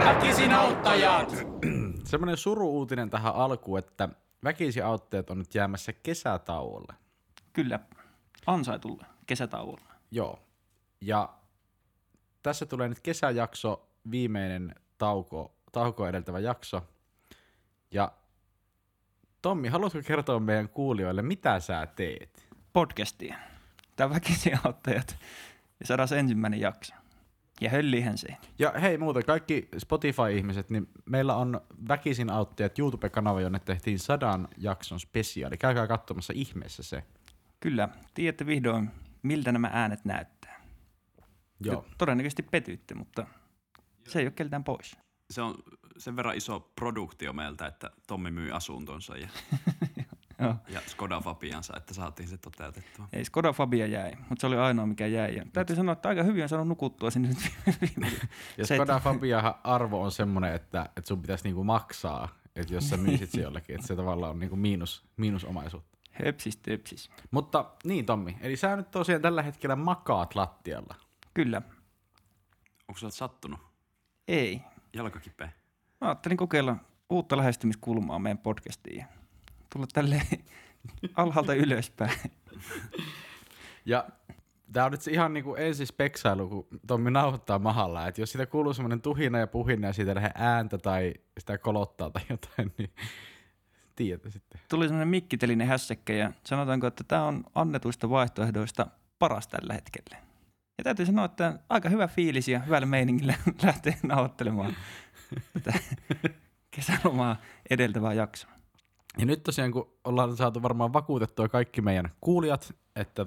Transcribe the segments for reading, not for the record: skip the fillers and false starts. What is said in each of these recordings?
Väkisin auttajat! Semmoinen suru-uutinen tähän alkuun, että väkisin auttajat on nyt jäämässä kesätauolle. Kyllä, ansaitulle kesätauolle. Joo. Ja tässä tulee nyt kesäjakso, viimeinen taukoa edeltävä jakso. Ja Tommi, haluatko kertoa meidän kuulijoille, mitä sä teet? Podcastia. Tämä väkisin auttajat. Ja 101. jakso. Ja höllihän se. Ja hei muuten, kaikki Spotify-ihmiset, niin meillä on väkisin auttajat YouTube-kanava, jonne tehtiin 100 jakson spesiaali. Käykää katsomassa ihmeessä se. Kyllä, tiedätte vihdoin, miltä nämä äänet näyttää. Joo. Todennäköisesti petyitte, mutta se ei ole keltään pois. Se on sen verran iso produktio meiltä, että Tommi myy asuntonsa ja Skoda Fabiansa, että saatiin se toteutettua. Ei, Skoda Fabia jäi, mutta se oli ainoa, mikä jäi. Ja täytyy sanoa, että aika hyvin on saanut nukuttua sinne nyt viimeisen. Ja Skoda Fabiahan arvo on semmoinen, että sun pitäisi niinku maksaa, että jos sä myisit se jollekin, että se tavallaan on niinku miinusomaisuutta. Höpsis. Mutta niin Tommi, eli sä nyt tosiaan tällä hetkellä makaat lattialla. Kyllä. Onko sulla sattunut? Ei. Jalka kipeä? Mä ajattelin kokeilla uutta lähestymiskulmaa meidän podcastiin ja tulla tälleen alhaalta ylöspäin. Ja tää on nyt se ihan niinku ensin speksailu, kun Tommi nauhoittaa mahalla, että jos siitä kuuluu semmoinen tuhina ja puhina ja siitä lähde ääntä tai sitä kolottaa tai jotain, niin tiedätte sitten. Tuli semmoinen mikkitelinen hässäkkä ja sanotaanko, että tämä on annetuista vaihtoehdoista paras tällä hetkellä. Ja täytyy sanoa, että aika hyvä fiilis ja hyvällä meiningillä lähtee nauhoittelemaan tätä kesälomaa edeltävää jaksoa. Ja nyt tosiaan, kun ollaan saatu varmaan vakuutettua kaikki meidän kuulijat, että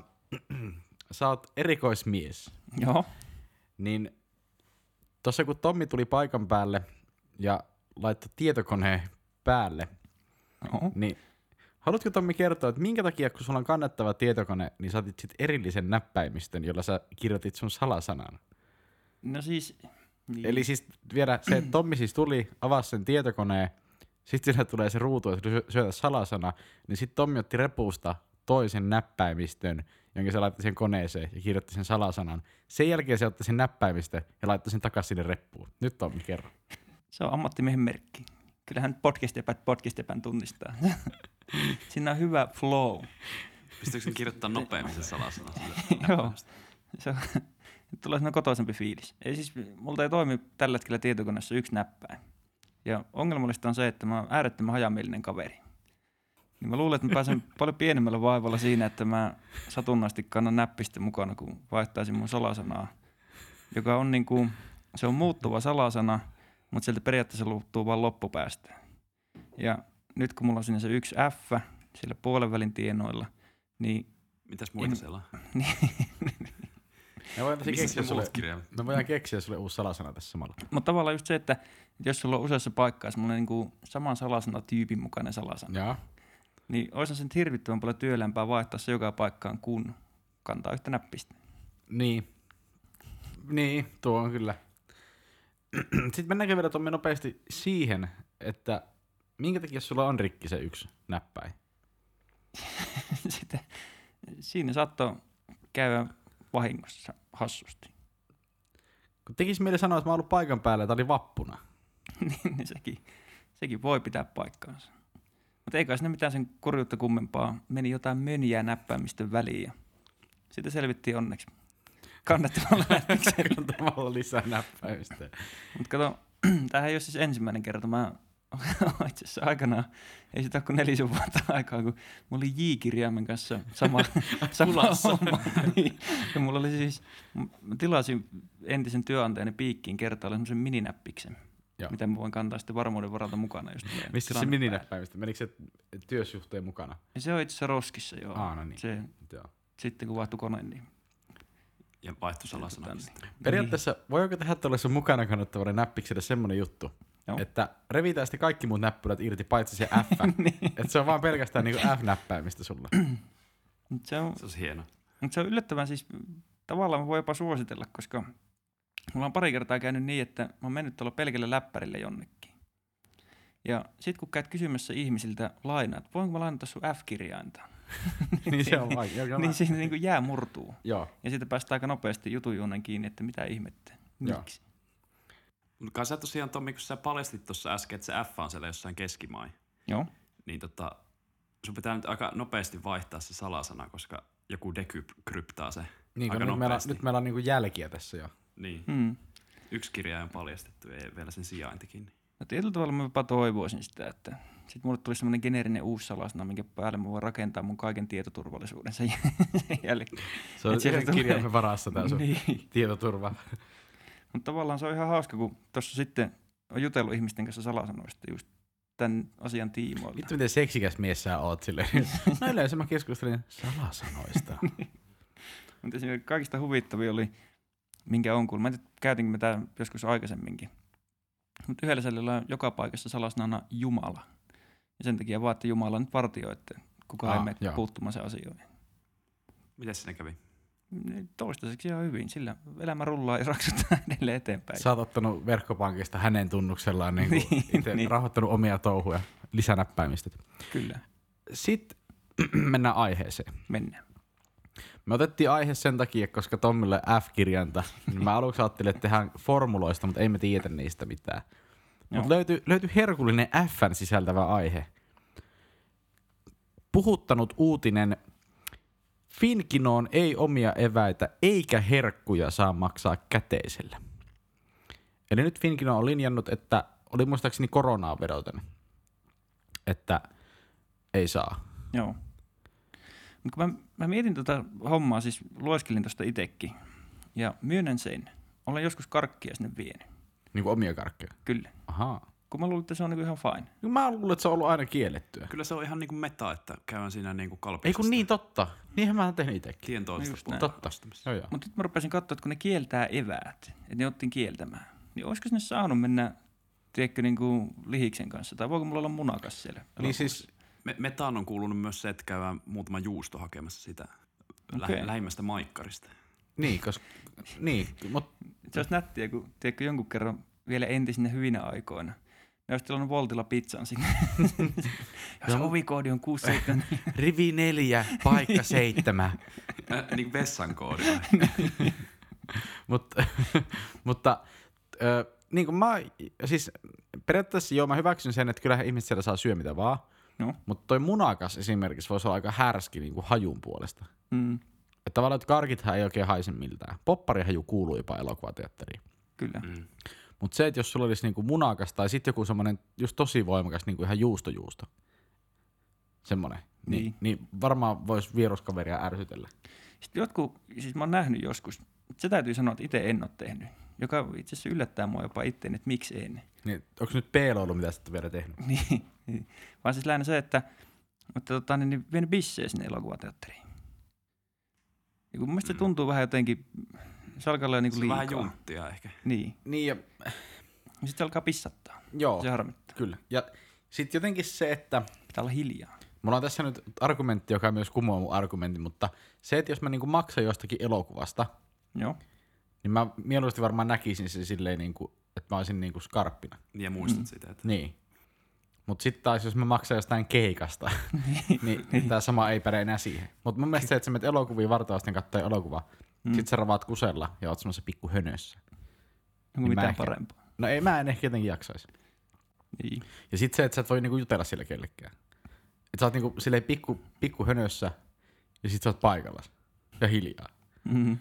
sä oot erikoismies, Joo. niin tossa kun Tommi tuli paikan päälle ja laittoi tietokoneen päälle, niin haluatko Tommi kertoa, että minkä takia, kun sulla on kannettava tietokone, niin sä otit sit erillisen näppäimistön, jolla sä kirjoitit sun salasanan? No siis... Niin. Eli siis vielä se, että Tommi siis tuli, avasi sen tietokoneen, sitten siinä tulee se ruutu, että syötä salasana, niin sitten Tommi otti repusta toisen näppäimistön, jonka se laittoi sen koneeseen ja kirjoitti sen salasanan. Sen jälkeen se otti sen näppäimistön ja laittoi sen takaisin sinne reppuun. Nyt Tommi, kerro. Se on ammattimiehen merkki. Kyllähän podcastepän tunnistaa. Siinä on hyvä flow. Pystyykö sen kirjoittaa nopeammin sen salasanan? Joo. Se on, tulee sellainen kotoisempi fiilis. Ei siis, multa ei toimi tällä hetkellä tietokoneessa yksi näppäin. Ja ongelmallista on se, että mä oon äärettömän hajamielinen kaveri. Niin mä luulen, että mä pääsen paljon pienemmällä vaivalla siinä, että mä satunnaisesti kannan näppistä mukana, kun vaihtaisin mun salasanaa. Joka on niinku, se on muuttuva salasana, mutta sieltä periaatteessa luuttuu vaan loppupäästä. Ja nyt kun mulla on siinä se yksi F, siellä puolenvälin tienoilla, niin... Mitäs muita siellä on? Me voidaan keksiä sulle uusi salasana tässä samalla. Mutta tavallaan just se, että jos sulla on useassa paikkaa semmoinen niinku saman salasana-tyypin mukainen salasana, Jaa. niin olisi se nyt hirvittävän paljon työlämpää vaihtaa se joka paikkaan, kun kantaa yhtä näppistä. Niin, tuo on kyllä. Sitten mennäänkö vielä Tommi nopeasti siihen, että minkä takia sulla on rikki se yksi näppäin? Sitten, siinä saattoi käydä vahingossa hassusti. Kun tekis mieli sanoa, että mä oon ollut paikan päällä ja tää oli vappuna. niin sekin voi pitää paikkaansa. Mutta ei kai sinne mitään sen kurjuutta kummempaa. Meni jotain mönjää näppäimistön väliin ja siitä selvittiin onneksi kannettavalla näppiksellä. Kannettavalla lisää näppäimistä. Mutta kato, tämähän ei ole siis ensimmäinen kerta. Mä itse asiassa aikanaan, ei sitä ole kuin 4 vuotta aikaa, kun mulla oli J-kirjaimen kanssa sama homma. Niin. Ja mulla oli siis, mä tilasin entisen työnantajani Piikkiin kertaalleen semmoisen mininäppiksen. Joo. Mitä mä voin kantaa sitten varmuuden varalta mukana. Missä se mininäppäimistä? Menikö se työsuhteen mukana? Ja se on itse asiassa roskissa, joo. No niin. Joo. Sitten kun vaihtui kone, niin... Ja vaihtui salasanat. Periaatteessa voiko tehdä tuollaisen mukana kannattavalle näppikselle semmoinen juttu, että revitään sitten kaikki muut näppylät irti, paitsi se F. Niin. Että se on vaan pelkästään niinku F-näppäimistä sulla. Se on hieno. Mutta se on yllättävän siis, tavallaan mä voin jopa suositella, koska mulla on pari kertaa käynyt niin, että mä oon mennyt tuolla pelkällä läppärille jonnekin. Ja sit kun käyt kysymässä ihmisiltä lainaa, että voinko mä lainata sun F-kirjainta? Niin se on vaikea. Niin siinä niin kuin jää murtuu. Joo. Ja siitä päästään aika nopeasti jutujuunen kiinni, että mitä ihmettä. Miksi? Mutta sä tosiaan, Tommi, kun sä paljastit tuossa äsken, että se F on siellä jossain keskimain, Joo. niin sun pitää nyt aika nopeasti vaihtaa se salasana, koska joku dekryptaa se Niin, aika nopeasti. nyt meillä on niinku jälkiä tässä jo. Niin. Yksi kirja on paljastettu ja vielä sen sijaintikin. No tietyllä tavalla mä jopa toivoisin sitä, että sitten mulle tuli semmoinen geneerinen uusi salasana, minkä päälle mä voin rakentaa mun kaiken tietoturvallisuuden sen jälkeen. Se on yhden kirjamme varassa tää sun Niin. tietoturva. Mutta tavallaan se on ihan hauska, kun tuossa sitten on jutellut ihmisten kanssa salasanoista just tämän asian tiimoilta. Vittu miten seksikäs mies sä oot silleen. No yleensä mä keskustelin salasanoista. Mutta esimerkiksi kaikista huvittavia oli, minkä on kuullut. Mä en tiedä, käytinkö mä tää joskus aikaisemminkin. Mutta yhdellä salilla on joka paikassa salasanana Jumala. Ja sen takia vaan, että Jumala nyt vartioi, että kukaan ei mene puuttumaan sen asioihin. Mites sinne kävi? Toistaiseksi ihan hyvin, sillä elämä rullaa ja raksuttaa edelleen eteenpäin. Sä oot ottanut verkkopankista hänen tunnuksellaan niin. Rahoittanut omia touhuja, lisänäppäimistöt. Kyllä. Sitten mennään aiheeseen. Mennään. Me otettiin aihe sen takia, koska Tommille F-kirjainta. Mä aluksi ajattelin, että tehdään formuloista, mutta ei me tiedä niistä mitään. Mutta löytyi herkullinen F:n sisältävä aihe. Puhuttanut uutinen. Finkinoon ei omia eväitä eikä herkkuja saa maksaa käteisellä. Eli nyt Finkino on linjannut, että oli muistaakseni koronaa vedoten, että ei saa. Joo. Mutta kun mä mietin tota hommaa, siis lueskelin tosta itekin ja myönnän sen. Olen joskus karkkia sinne vienyt. Niin kuin omia karkkeja? Kyllä. Ahaa. Kun mä luulen, että se on niinku ihan fine. No mä luulen, että se on ollut aina kiellettyä. Kyllä se on ihan niinku meta, että käydään siinä niinku kalpiksesta. Ei kun niin totta. Niinhän mä oon tehnyt itekin. Tien toista Just näin. Totta. Joo. Mutta nyt mä rupesin katsoa, että kun ne kieltää eväät, että ne ottiin kieltämään, niin olisiko sinne saanut mennä, tiedätkö, niinku lihiksen kanssa? Tai voiko mulla olla munakas siellä? Niin siis Metaan on kuulunut myös se, että käydään muutama juusto hakemassa sitä lähimmästä maikkarista. niin, koska mutta Se olisi nättiä, kun tiedätkö, jonkun kerran vielä entisinä hyvinä aikoina. Ne olisi tilannut Voltilla pizzan sinne. Jos ovikoodi on 67. rivi 4, paikka 7. Niin kuin vessan koodi. mutta niin kuin siis periaatteessa joo, mä hyväksyn sen, että kyllähän ihmiset siellä saa syö mitä vaan. No. Mutta toi munakas esimerkiksi voisi olla aika härski niin kuin hajun puolesta. Että tavallaan, että karkithan ei oikein haise miltään. Popparihaju kuuluu jopa elokuvateatteriin. Kyllä. Mutta se, että jos sulla olisi niinku munakas tai sitten joku semmoinen just tosi voimakas niinku ihan juusto. Semmoinen. Niin varmaan voisi vieruskaveria ärsytellä. Sitten jotkut, siis mä oon nähnyt joskus, se täytyy sanoa, että itse en ole tehnyt. Joka itse asiassa yllättää mua jopa itteen, että miksi en. Niin, onko nyt ollut mitä sitten vielä tehnyt? niin. Vaan siis lähinnä se, että niin vienyt bissejä sinne elokuvateatteriin. Ja kun mun mielestä se tuntuu vähän jotenkin, se alkaa olla niinku liikaa. Vähän junttia ehkä. Niin. Niin ja sitten se alkaa pissattaa. joo, Se harmittaa. kyllä. Ja sitten jotenkin se, että Pitää olla hiljaa. mulla on tässä nyt argumentti, joka myös kumoaa mun argumentin, mutta se, että jos mä niinku maksan jostakin elokuvasta, Joo. niin mä mieluusti varmaan näkisin sen silleen, niinku, että mä olisin niinku skarppina. Niin ja muistat sitä. Että Niin. Mutta sitten taas, jos mä maksan jostain keikasta, niin tämä sama ei päde enää siihen. Mutta mun mielestä se, että sä menet elokuviin vartavasten katsoa elokuva, sit sä ravaat kusella ja oot semmoisessa pikku hönössä. Onko mitään parempaa? No ei, mä en ehkä jotenkin jaksaisi. Niin. Ja sit se, että sä et voi niinku jutella sille kellekään. Että sä oot niinku silleen pikku hönössä ja sit sä oot paikallas ja hiljaa. Mm-hmm.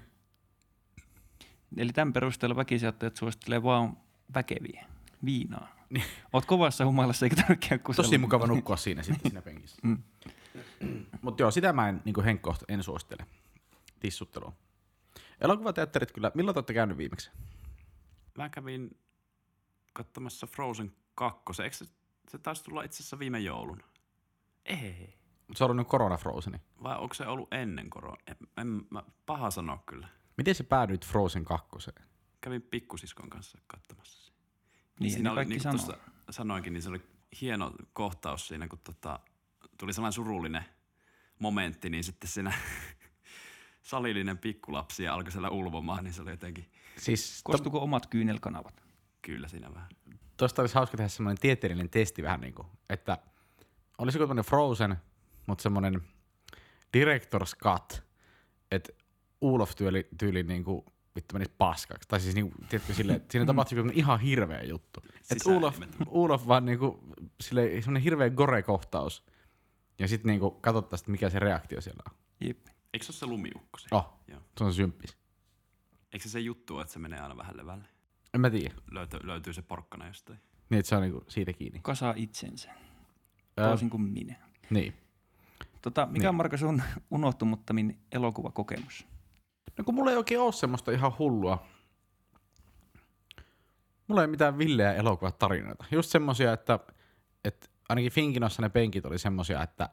Eli tämän perusteella väkisaattajat suosittelee vaan väkeviä. Viinaa. Niin. Oot kovassa humalassa eikä tarvitse käydä kusella. Tosi mukava nukkua siinä sitten siinä penkissä. Mutta joo, sitä mä en niinku henkkohta en suosittele. Tissuttelua. Elokuvateatterit kyllä. Milloin te olette käynyt viimeksi? mä kävin katsomassa Frozen 2. Eikö se taisi tulla itse asiassa viime joulun? Ei. Se on ollut nyt Corona Frozeni. Vai onko se ollut ennen korona? Mä paha sanoa kyllä. Miten sä päädyit Frozen 2? Kävin pikkusiskon kanssa katsomassa sen. Niin, siinä ne oli, kaikki niin sanoo. kuin sanoinkin, niin se oli hieno kohtaus siinä, kun tuli sellainen surullinen momentti, niin sitten siinä salillinen pikkulapsi ja alkoi siellä ulvomaan, niin se oli jotenkin, Siis Koostuuko omat kyynelkanavat? kyllä siinä vähän. Tuosta olisi hauska tehdä semmoinen tieteellinen testi vähän niin kuin, että olisiko tämmöinen Frozen, mutta semmoinen director's cut, että Ulof tyyli niin kuin vittu menisi paskaksi. Tai siis niinku, tiedätkö silleen, että siinä tapahtui joku ihan hirveä juttu. Että Olof vaan niinku, silleen semmonen hirveä gore-kohtaus. Ja sit niinku katsottaisiin, mikä se reaktio siellä on. Jep. Eikö se ole se lumiukko? Se? Oh, Joo. se on symppis. Eikö se juttu, että se menee aina vähän levälle? En mä tiedä. Löytyy se porkkana jostain. Niin, että se on niinku siitä kiinni. Kasaa itsensä. Toisin kuin minä. Niin. Mikä on Marko sun unohtumattomin elokuvakokemus? No kun mulla ei oikein ole semmoista ihan hullua. Mulla ei mitään villeä elokuvatarinoita. Just semmosia, että ainakin Finkinossa ne penkit oli semmosia, että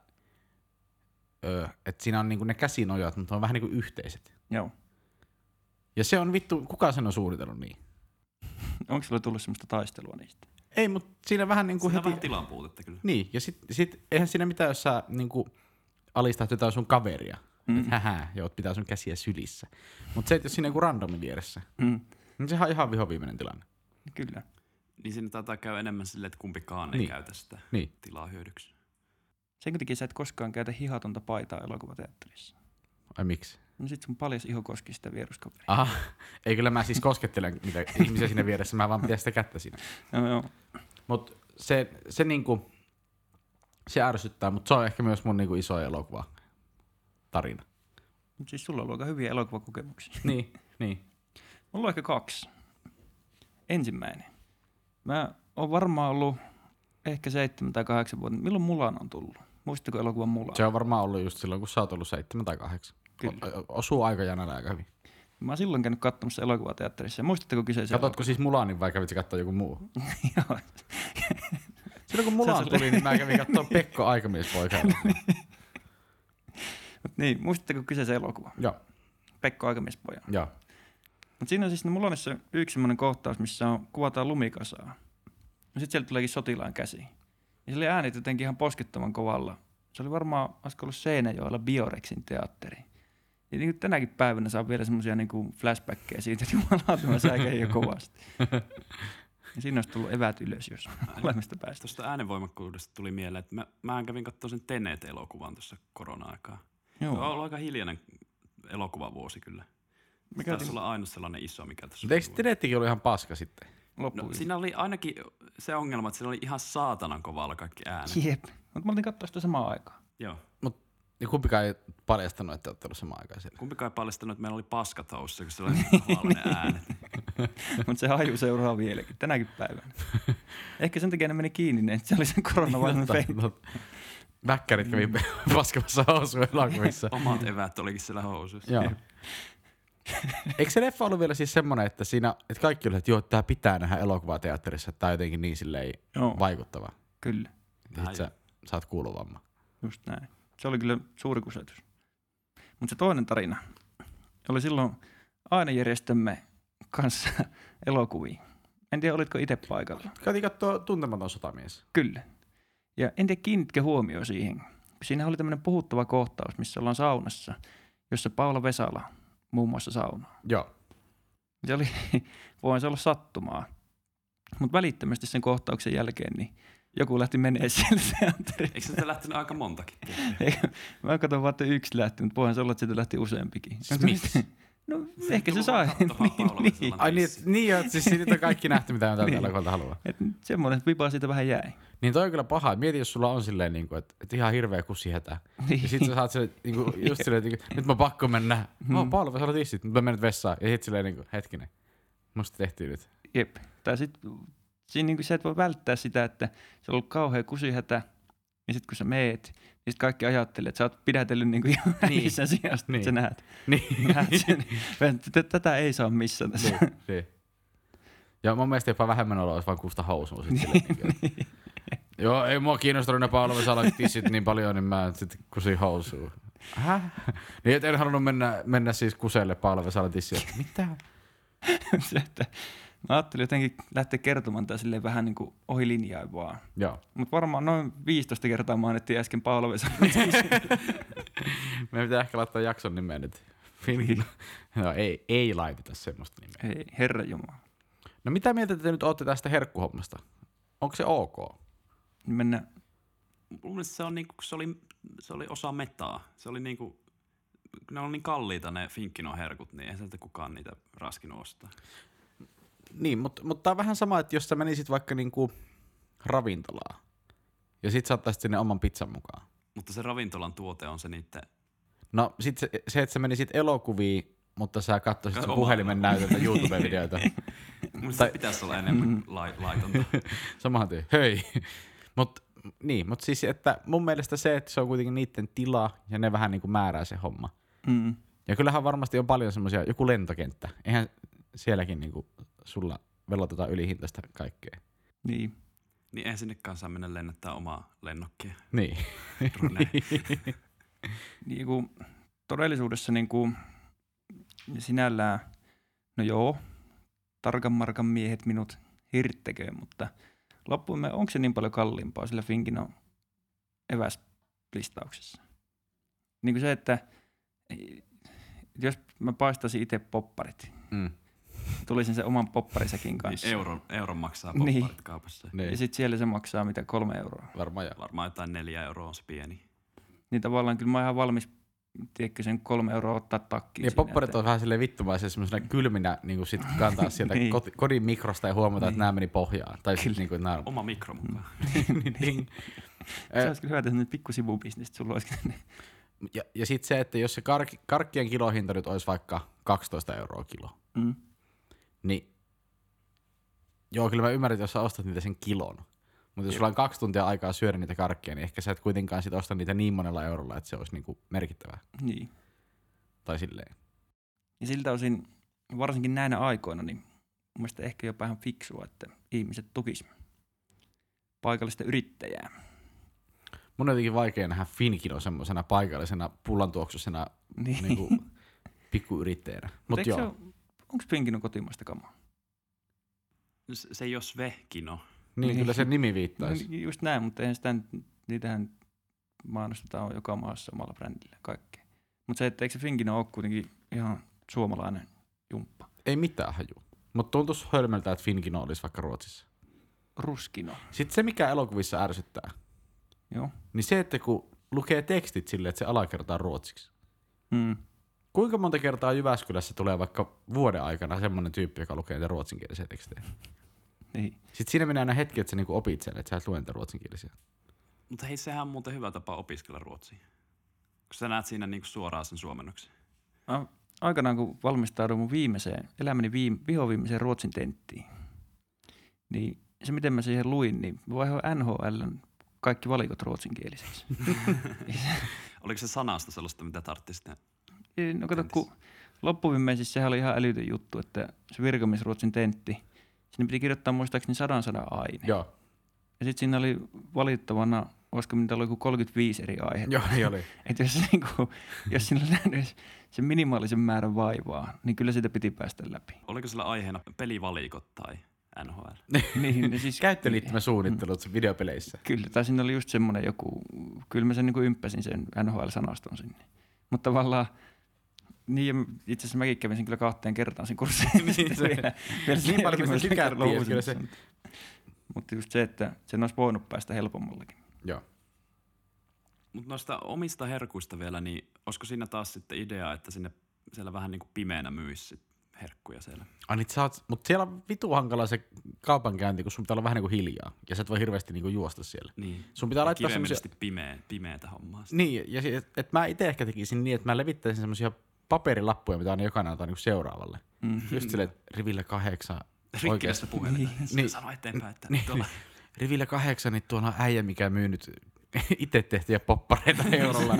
siinä on niinku ne käsinojat, mutta on vähän niinku yhteiset. Joo. Ja se on vittu, kuka sen on suunnitellut niin? Onko sulla tullut semmoista taistelua niistä? Ei, mutta siinä vähän niinku Siinä on heti... vähän tilan puutetta kyllä. Niin, ja sit eihän siinä mitään, jos sä niinku alistat jotain sun kaveria. Että joo, pitää sun käsiä sylissä. Mutta se, että jos siinä joku randomi vieressä, niin sehän on ihan vihoviimeinen tilanne. Kyllä. Niin siinä taitaa käydä enemmän silleen, että kumpikaan ei Niin. käytä sitä Niin. tilaa hyödyksi. Sen kuitenkin sä et koskaan käytä hihatonta paitaa elokuvateatterissa. Ai miksi? No sit sun paljas iho koski sitä vieruskaveria. Aha, ei kyllä mä siis koskettelen niitä ihmisiä siinä vieressä, mä vaan pidän sitä kättä siinä. Joo. Mut se niinku, se ärsyttää, mutta se on ehkä myös mun niinku iso elokuva tarina. Mut siis sulla on ollut aika hyviä elokuvakokemuksia. Niin. Mulla on ehkä 2. Ensimmäinen. Mä oon varmaan ollut ehkä 7 tai 8 vuotta. Milloin Mulan on tullut? Muistatko elokuvan Mulan? Se on varmaan ollut just silloin, kun sä oot ollut 7 tai 8. Kyllä. Osuu aikajanalle aika hyvin. Mä oon silloin käynyt katsomassa elokuvateatterissa. Muistatteko kyseisen Katotko siis Mulanin vai kävit katsoa joku muu? Joo. Silloin kun Mulan tuli, niin mä kävin katsoa Pekko Aikamiespoikalla. Niin, muistatteko kyseisen elokuva? Joo. Pekko Aikamiespoja. Joo. Mutta siinä on siis Mulanissa yksi semmoinen kohtaus, missä kuvataan lumikasaa. Ja sitten sieltä tuleekin sotilaan käsi. Ja se oli äänet jotenkin ihan poskettoman kovalla. Se oli varmaan, olisiko ollut Seinäjoella Biorexin teatteri. Ja niin kuin tänäkin päivänä saa vielä semmoisia niin kuin flashbackkejä siitä, että jumalauta mä säikäin jo kovasti. Ja siinä olisi tullut evät ylös, jos molemmista päästä. Tuosta äänenvoimakkuudesta tuli mieleen, että mä kävin katsoa sen Tenet-elokuvan tuossa korona-aikaa. Se on ollut aika hiljainen elokuvavuosi kyllä. Mikä Taisi olla ainoa sellainen iso, mikä tässä Mutta eikö Tenettikin ollut ihan paska sitten? No, siinä oli ainakin se ongelma, että siinä oli ihan saatanan kovalla kaikki äänet. Jep. Mutta me oltiin katsoa sitä samaan aikaan. Joo. Ja kumpikaan ei paljastanut, että olette ollut samaan aikaan siellä. Kumpikaan ei paljastanut, että meillä oli paskat housussa, kun se oli kovalla ne äänet. Mutta se haju seuraa vieläkin, tänäkin päivänä. Ehkä sen takia ne meni kiinni, että se oli sen koronavaiheen feitti. Väkkärit kävi paskavassa housuun elokuvissa. Omat evät olikin siellä housuissa. Joo. Eikö se leffa ollut vielä siis semmonen, että siinä, että kaikki oli, että joo, tää pitää nähdä elokuvateatterissa, että tää on jotenkin niin silleen vaikuttava. Kyllä, Että sä saat kuuluvamman. just näin. Se oli kyllä suuri kusetus. Mutta se toinen tarina oli silloin ainejärjestömme kanssa elokuvia. En tiedä, olitko itse paikalla? Käytiin kattoo Tuntematon sotamies. Kyllä. Ja en tiedä, kiinnitkö huomioon siihen. Siinä oli tämmöinen puhuttava kohtaus, missä ollaan saunassa, jossa Paula Vesala muun muassa saunaa. Joo. Se oli, voin se olla sattumaa. Mutta välittömästi sen kohtauksen jälkeen niin joku lähti menee sieltä teatteriin. Eikö se lähtenyt aika montakin? Mä katson vaan, että yksi lähti, mutta voihan se olla, että sieltä lähti useampikin. Miksi? No ehkä se sai. Niin. Ai niin joo, siis siitä on kaikki nähty, mitä on tältä elokuvalta haluaa. Semmoinen vipa siitä vähän jäi. Niin toi on kyllä paha. Mieti, jos sulla on silleen, niin kuin, että ihan hirveä kussihätä. Niin. Ja sit sä saat silleen, niin kuin, just silleen, että nyt mä pakko mennä. Paula, sä olet tissit, nyt mä menen vessaan. Ja sit silleen, niin kuin, hetkinen, musta tehtiin nyt. Jep. Tai sit siinä niin kuin sä et voi välttää sitä, että se on ollut kauhea kusihätä. Ja sit kun sä meet, niin sit kaikki ajattelee, että sä oot pidätellyt niin kuin ihan välissä sijasta, että sä näet. Näet sen. Tätä ei saa missään tässä. Niin. Ja mun mielestä jopa vähemmän olo olisi vaan kusta housuun. Niin. Joo, ei mua kiinnostanut ne Paula Vesalan tissit niin paljon, niin mä sitten kusin housuun. Niin et en halunnut mennä siis kuselle Paula Vesalan tissiin. Mitä? Mä ajattelin jotenkin lähteä kertomaan tää silleen vähän niin kuin ohi linjaa vaan. Joo. Mutta varmaan noin 15 kertaa mainittiin äsken Paula Vesalan Meidän pitää ehkä laittaa jakson nimeä nyt. No, ei laiteta semmoista nimeä. Ei, herra jumala. No mitä mieltä te nyt ootte tästä herkkuhommasta? Onko se ok? Mennään. Mun mielestä se on niinku, se oli osa metaa. Se oli niinku, ne on niin kalliita ne Finkino-herkut, niin ei sieltä kukaan niitä raskinut ostaa. Niin, mutta tää on vähän sama, että jos sä menisit vaikka niinku ravintolaan ja sit sä ottaisit sinne oman pizzan mukaan. Mutta se ravintolan tuote on se niitten... No sit se että sä menisit elokuviin, mutta sä katsoisit sun Oma puhelimen näytöltä YouTube-videoita. Musta se pitäisi olla enemmän laitonta. Samahan työ, höi. Mut siis että mun mielestä se, että se on kuitenkin niiden tila ja ne vähän niinku määrää se homma. Mm. Ja kyllähän varmasti on paljon semmoisia, joku lentokenttä. Eihän sielläkin niinku sulla veloteta ylihintaista kaikkea. Niin. Niin eihän sinnekaan saa mennä lennättää omaa lennokkia. Niin. Niin kuin todellisuudessa niin kuin sinällään, no joo, tarkan markan miehet minut hirttekö, mutta loppuun onko se niin paljon kalliimpaa sillä Finkino eväslistauksessa? Niin kuin se, että jos mä paistaisin itse popparit, tulisin sen oman popparisäkin kanssa. Niin euron maksaa popparit kaupassa. Niin. Ja sitten siellä se maksaa mitä 3 euroa. Varmaan jotain 4 euroa on se pieni. Niin tavallaan kyllä mä oon ihan valmis, tiedätkö, sen 3 euroa ottaa takkiin. Ja popparit on vähän silleen vittumaisia semmoisena kylminä niin sit kantaa sieltä niin. kodin mikrosta ja huomata, että nämä meni pohjaan. Tai sit niin kuin, nämä... Oma mikro mukaan. niin. Se olisi kyllä hyvä tehdä nyt pikku sivubisnis, sulla olisi. Ja sitten se, että jos se karkkien kilohinta nyt olisi vaikka 12 euroa kilo, niin joo, kyllä mä ymmärrän, että jos sä ostat niitä sen kilon. Mutta jos sulla on 2 tuntia aikaa syödä niitä karkkeja, niin ehkä sä et kuitenkaan sit osta niitä niin monella eurolla, että se olisi niinku merkittävää. Niin. Tai silleen. Ja siltä osin, varsinkin näinä aikoina, niin mun mielestä ehkä jopa ihan fiksua, että ihmiset tukis paikallista yrittäjää. Mun on jotenkin vaikea nähdä Finkino semmoisena paikallisena pullantuoksuisena niinku pikkuyrittäjänä. Mut joo. Onko Finkino kotimaista kamaa? Se ei ole Svehkino. Niin, kyllä se nimi viittaisi. No, just näin, mutta eihän sitä, niitähän mainostetaan joka maassa omalla brändillä kaikkea. Mutta se, että eikö se Finkino ole kuitenkin ihan suomalainen jumppa? Ei mitään haju. Mutta tuntuisi hölmöltä, että Finkino olisi vaikka Ruotsissa. Ruskino. Sitten se, mikä elokuvissa ärsyttää, Joo. niin se, että kun lukee tekstit silleen, että se alakertaa ruotsiksi. Kuinka monta kertaa Jyväskylässä tulee vaikka vuoden aikana semmoinen tyyppi, joka lukee niitä ruotsinkielisiä tekstejä? Niin. Sitten siinä menee aina hetki, että sä niinku opit sen, että sä et lue niitä ruotsinkielisiä. Mutta hei, sehän on muuten hyvä tapa opiskella ruotsia. Kun sä näet siinä niinku suoraan sen suomennoksen. Aikanaan kun valmistauduin mun elämäni vihoviimeiseen ruotsin tenttiin, niin se miten mä siihen luin, niin vaihoin NHL:n kaikki valikot ruotsinkieliseksi. Oliko se sanasta sellaista, mitä tarvitsi sitten? No kato, kun loppuviimeisissä sehän oli ihan älytön juttu, että se virkamiesruotsin tentti, sinne piti kirjoittaa muistaakseni 100 aine. Joo. Ja sitten siinä oli valittavana, olisiko mitä oli joku 35 eri aihetta. Joo, ei oli. Että jos siinä oli nähnyt sen minimaalisen määrän vaivaa, niin kyllä sitä piti päästä läpi. Oliko sillä aiheena pelivalikot tai NHL? niin, siis, Käyttöliittymäsuunnittelut videopeleissä. Kyllä, tai siinä oli just semmoinen joku, kyllä mä sen niin kuin ympäsin sen NHL-sanaston sinne. Mutta tavallaan, niin itse asiassa mäkin kävin sen kyllä 2 kertaan sen kurssin. Niin paljon me sitä tykättiin. Kyllä se. Mutta just se, että sen olisi voinut päästä helpommallakin. Joo. Mutta noista omista herkuista vielä, niin olisiko siinä taas sitten idea, että siellä vähän niin kuin pimeänä myisi herkkuja siellä? Mutta siellä on vitu hankala se kaupankäynti, kun sun pitää olla vähän niin kuin hiljaa. Ja sä et voi hirveästi niin kuin juosta siellä. Niin. Sun pitää laittaa semmosia... pimeätä hommaa. Niin, ja että mä itse ehkä tekisin niin, että mä levittäisin semmosia paperilappuja, mitä aina jokainen antaa niin kuin seuraavalle. Just silleen, että rivillä 8. Rikkeessä puhelinta. Niin. Sano eteenpäin, että niin. tuolla... Rivillä 8, niin tuolla on äijä, mikä myy nyt itse tehtyjä poppareita eurolla.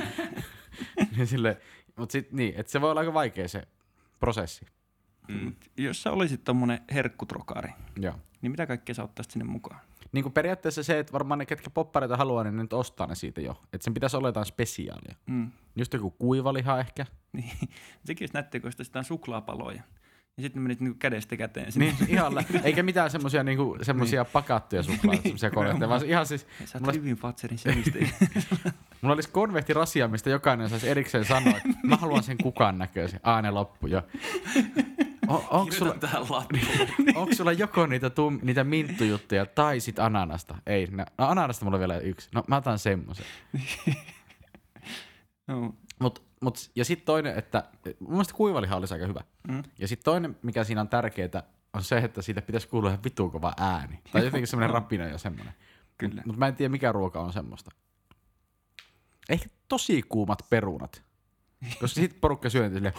Mutta sitten niin, että se voi olla aika vaikea se prosessi. Jos sä olisit tommonen herkkutrokari, Joo. niin mitä kaikkea sä ottaisit sinne mukaan? Niin kuin periaatteessa se, että varmaan ne, ketkä poppareita haluaa, niin ne nyt ostaa ne siitä jo. Että sen pitäisi olla jotain spesiaalia. Just joku kuivaliha ehkä. Niin. Sekin olisi nättiä, kun sitä suklaapaloja. Ja sitten menit niinku kädestä käteen. Niin, ihan eikä mitään semmosia niinku, pakattuja suklaata, semmosia konvehteja, vaan ihan siis... Sä oot hyvin Fatserin semistä. Mulla olisi konvehtirasia, mistä jokainen saisi erikseen sanoa, että mä haluan sen kukaan näköisen. Ne loppu jo. Onko sulla joko niitä minttujuttuja tai sit ananasta? Ei, ananasta mulla on vielä 1. No mä otan semmosen. No. Ja sitten toinen, että mun mielestä kuivaliha olisi aika hyvä. Ja sitten toinen, mikä siinä on tärkeää, on se, että siitä pitäisi kuulua ihan vitun kova ääni. Tai jotenkin semmoinen rapina ja semmoinen. Kyllä. Mutta mä en tiedä, mikä ruoka on semmoista. Ehkä tosi kuumat perunat. Koska sit porukka syö silleen.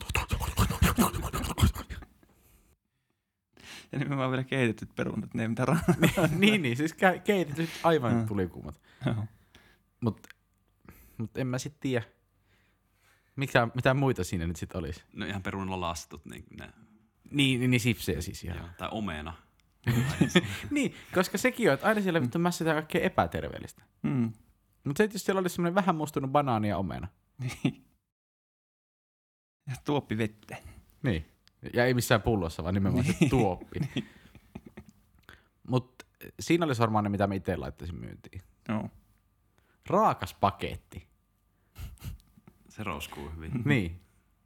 Ja nimenomaan vielä keitetyt perunat, ne ei mitään niin, siis keitetyt aivan tulikuumat. Mut en mä sit tiedä. Mitä muita siinä nyt sit olisi? No ihan perunalla lastut, niin ne. Niin sipsejä siis ihan. Joo, tai omena. Niin, koska sekin on, että aina siellä vittu mässätään kaikkea epäterveellistä. Mutta se, jos siellä olisi semmoinen vähän mustunut banaani ja omena. Ja tuoppi vettä. Niin. Ja ei missään pullossa, vaan nimenomaan se tuoppi. Mutta siinä olisi varmaan ne, mitä mä itse laittaisin myyntiin. No. Raakas paketti. Se rouskuu hyvin. Niin.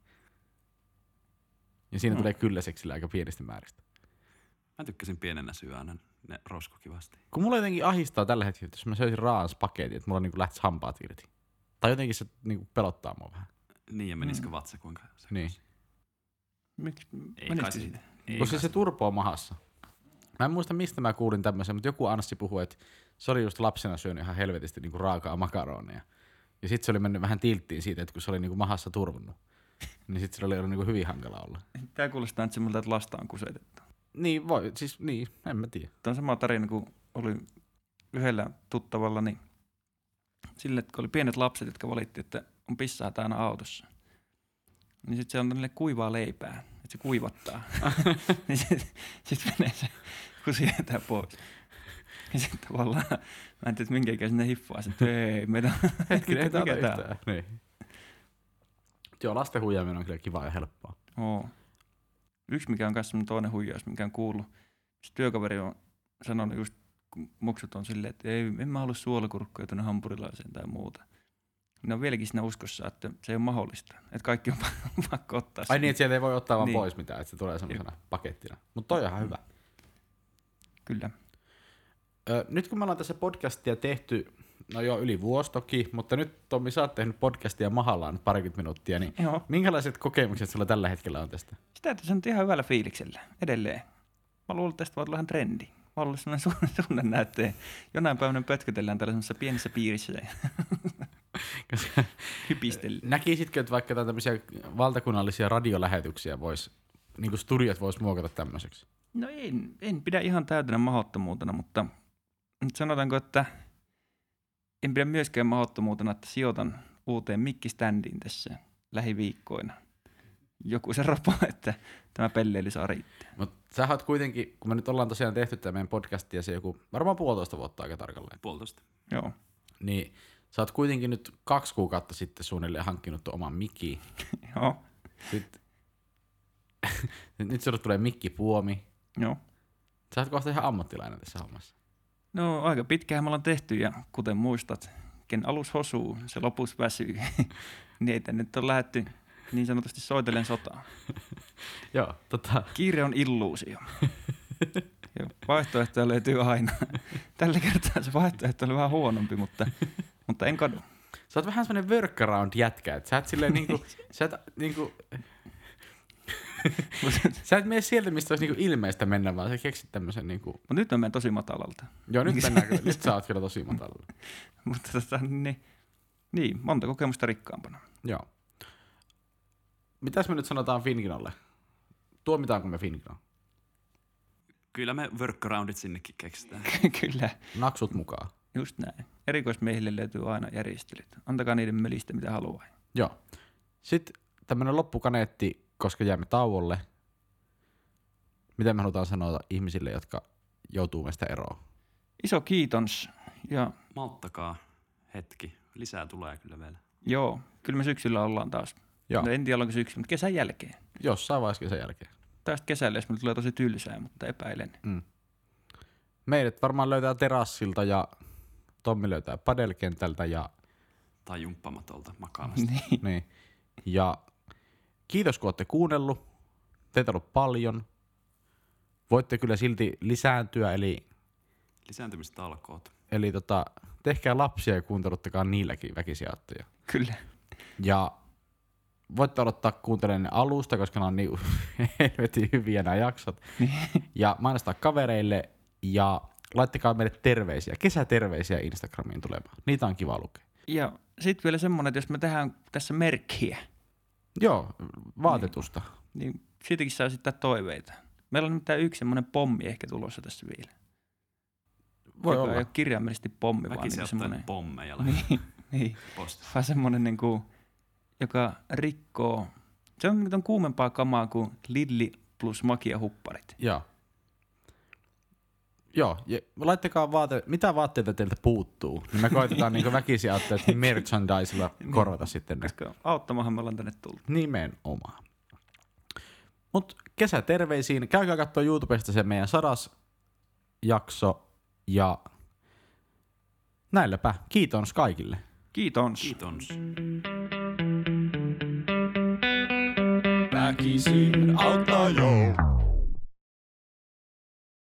Ja siinä tulee kylläiseksi sillä aika pienistä määristä. Mä tykkäsin pienenä syönä, ne rouskuu kivasti. Kun mulla jotenkin ahistaa tällä hetkellä, että jos mä söisin raakas paketin, että mulla niinku lähtisi hampaat irti. Tai jotenkin se niinku pelottaa mua vähän. Niin, ja menisikö vatsa kuinka se? Niin. Miksi? Ei kai siitä. Koska se turpoo mahassa. Mä en muista, mistä mä kuulin tämmöisen, mutta joku Anssi puhui, että se oli just lapsena syönyt ihan helvetisti niinku raakaa makaronia. Ja sit se oli mennyt vähän tilttiin siitä, että kun se oli niinku mahassa turvonnut, niin sit se oli ollut niinku hyvin hankala olla. Tää kuulostaa nyt semmoilta, että lasta on kusetettu. Niin, niin, en mä tiedä. Tämä on sama tarina, kun oli yhdellä tuttavalla, niin sille, että kun oli pienet lapset, jotka valitti, että on pissaa aina autossa. Niin sitten se on niille kuivaa leipää, että se kuivattaa. niin sitten menee se kusietää pois. Ja sitten tavallaan, mä en tiedä, minkä ikäisen ne hiffaa, että ei, meidän Hetkinen, ei mikä tää yhtään. Niin. Joo, lasten huijaaminen on kyllä kivaa ja helppoa. Oo. Yksi, mikä on myös toinen huijaus, mikä on kuullut. Työkaveri on sanonut just, kun muksut on silleen, että ei, en mä halua suolakurkkuja tuonne hampurilaiseen tai muuta. Ne on vieläkin siinä uskossa, että se ei ole mahdollista. Että kaikki on pakko ottaa. Ai niin, että sieltä ei voi ottaa vaan niin. pois mitään, että se tulee semmoisena pakettina. Mutta toi on ihan hyvä. Kyllä. Nyt kun me ollaan tässä podcastia tehty, no joo, yli vuosi toki, mutta nyt Tommi, sä oot tehnyt podcastia mahallaan parikymmentä minuuttia, niin Joo. minkälaiset kokemukset sulla tällä hetkellä on tästä? Sitä täytyy sanoa ihan hyvällä fiiliksellä edelleen. Mä luulen, että tästä voi olla ihan trendi. Mä ollut sellainen suunnannäytteen. Jonain päivänä pötkötellään tällaisessa pienessä piirissä ja hypistellä. Näkisitkö, että vaikka tämmöisiä valtakunnallisia radiolähetyksiä vois, niin kuin studiot vois muokata tämmöiseksi? No en pidä ihan täytänä mahdottomuutena, mutta sanotaanko, että en pidä myöskään mahdottomuutena, että sijoitan uuteen mikkiständiin tässä lähiviikkoina. Joku se ropo, että tämä pelleily saa riittää. Mutta sä oot kuitenkin, kun me nyt ollaan tosiaan tehty tämä meidän podcast ja se joku, varmaan 1,5 vuotta aika tarkalleen. 1,5. Joo. Niin sä oot kuitenkin nyt 2 kuukautta sitten suunnilleen hankkinut tuon oman mikin. Joo. Sitten nyt sulle tulee mikkipuomi. Joo. Sä oot kohta ihan ammattilainen tässä hommassa. No aika pitkään me ollaan tehty ja kuten muistat, ken alus hosuu, se lopussa väsyy. Niin ei tänne nyt on lähdetty niin sanotusti soitellen sotaa. Joo, Kiire on illuusio. Ja vaihtoehtoja löytyy aina. Tällä kertaa se vaihtoehto oli vähän huonompi, mutta en kadu. Sä oot vähän semmonen workaround jätkä, että sä et silleen niinku, sä et mene sieltä, mistä olisi niinku ilmeistä mennä, vaan sä keksit tämmösen niinku. Mutta nyt mä menen tosi matalalta. Joo, nyt mennään kyllä. Nyt sä oot kyllä tosi matalalla. Mutta niin, monta kokemusta rikkaampana. Joo. Mitäs me nyt sanotaan Finginolle? Tuomitaanko me Fingino? Kyllä me workaroundit sinnekin keksitään. Kyllä, Naksut mukaan. just näin. Erikoismiehille löytyy aina järjestelyt. Antakaa niiden mölistä mitä haluaa. Joo. Sitten tämmönen loppukaneetti, koska jäämme tauolle. Mitä me halutaan sanoa ihmisille, jotka joutuu meistä eroon? Iso kiitos. Ja Malttakaa hetki. Lisää tulee kyllä vielä. joo, kyllä me syksyllä ollaan taas. Joo. No en tiedä ollaanko syksyllä, mutta kesän jälkeen. Jossain vaiheessa kesän jälkeen. Tästä kesällä, jos meillä tulee tosi tylsää, mutta epäilen. Meidät varmaan löytää terassilta ja Tommi löytää padelkentältä ja Tai jumppamatolta makaamasta. Niin. niin. Ja kiitos kun olette kuunnellut. Teitä on ollut paljon. Voitte kyllä silti lisääntyä, Lisääntymistalkoot. eli tehkää lapsia ja kuunteluttakaa niilläkin väkisiaattoja. Kyllä. Ja voitte odottaa kuuntelemaan ne alusta, koska ne on niin helvetin hyviä nämä jaksot. Ja mainostaa kavereille ja laittakaa meille terveisiä, kesäterveisiä Instagramiin tulemaan. Niitä on kiva lukea. Ja sitten vielä semmoinen, että jos me tehdään tässä merkkiä, Joo, vaatetusta. niin siitäkin saa esittää toiveita. Meillä on nimittäin yksi semmoinen pommi ehkä tulossa tässä vielä. Voi joka olla. ei ole kirjaimellisesti pommi, vaan Väkisin niin ottaen semmoinen, pommeja niin, postissa. vaan semmoinen niin kuin, joka rikkoo, se on kuumempaa kamaa kuin Lidli plus makia-hupparit. Joo, ja laittakaa mitä vaatteita teiltä puuttuu. Niin me koitetaan niin väkisin ottaa, että merchandisella korvata sitten ne. Koska auttamahan me ollaan tänne tullut. Nimenomaan. Mut kesäterveisiin. Käykää katsoa YouTubesta se meidän 100. jakso. Ja näilläpä. Kiitos kaikille. Kiitos. Kiitos. Väkisin auttaa joo.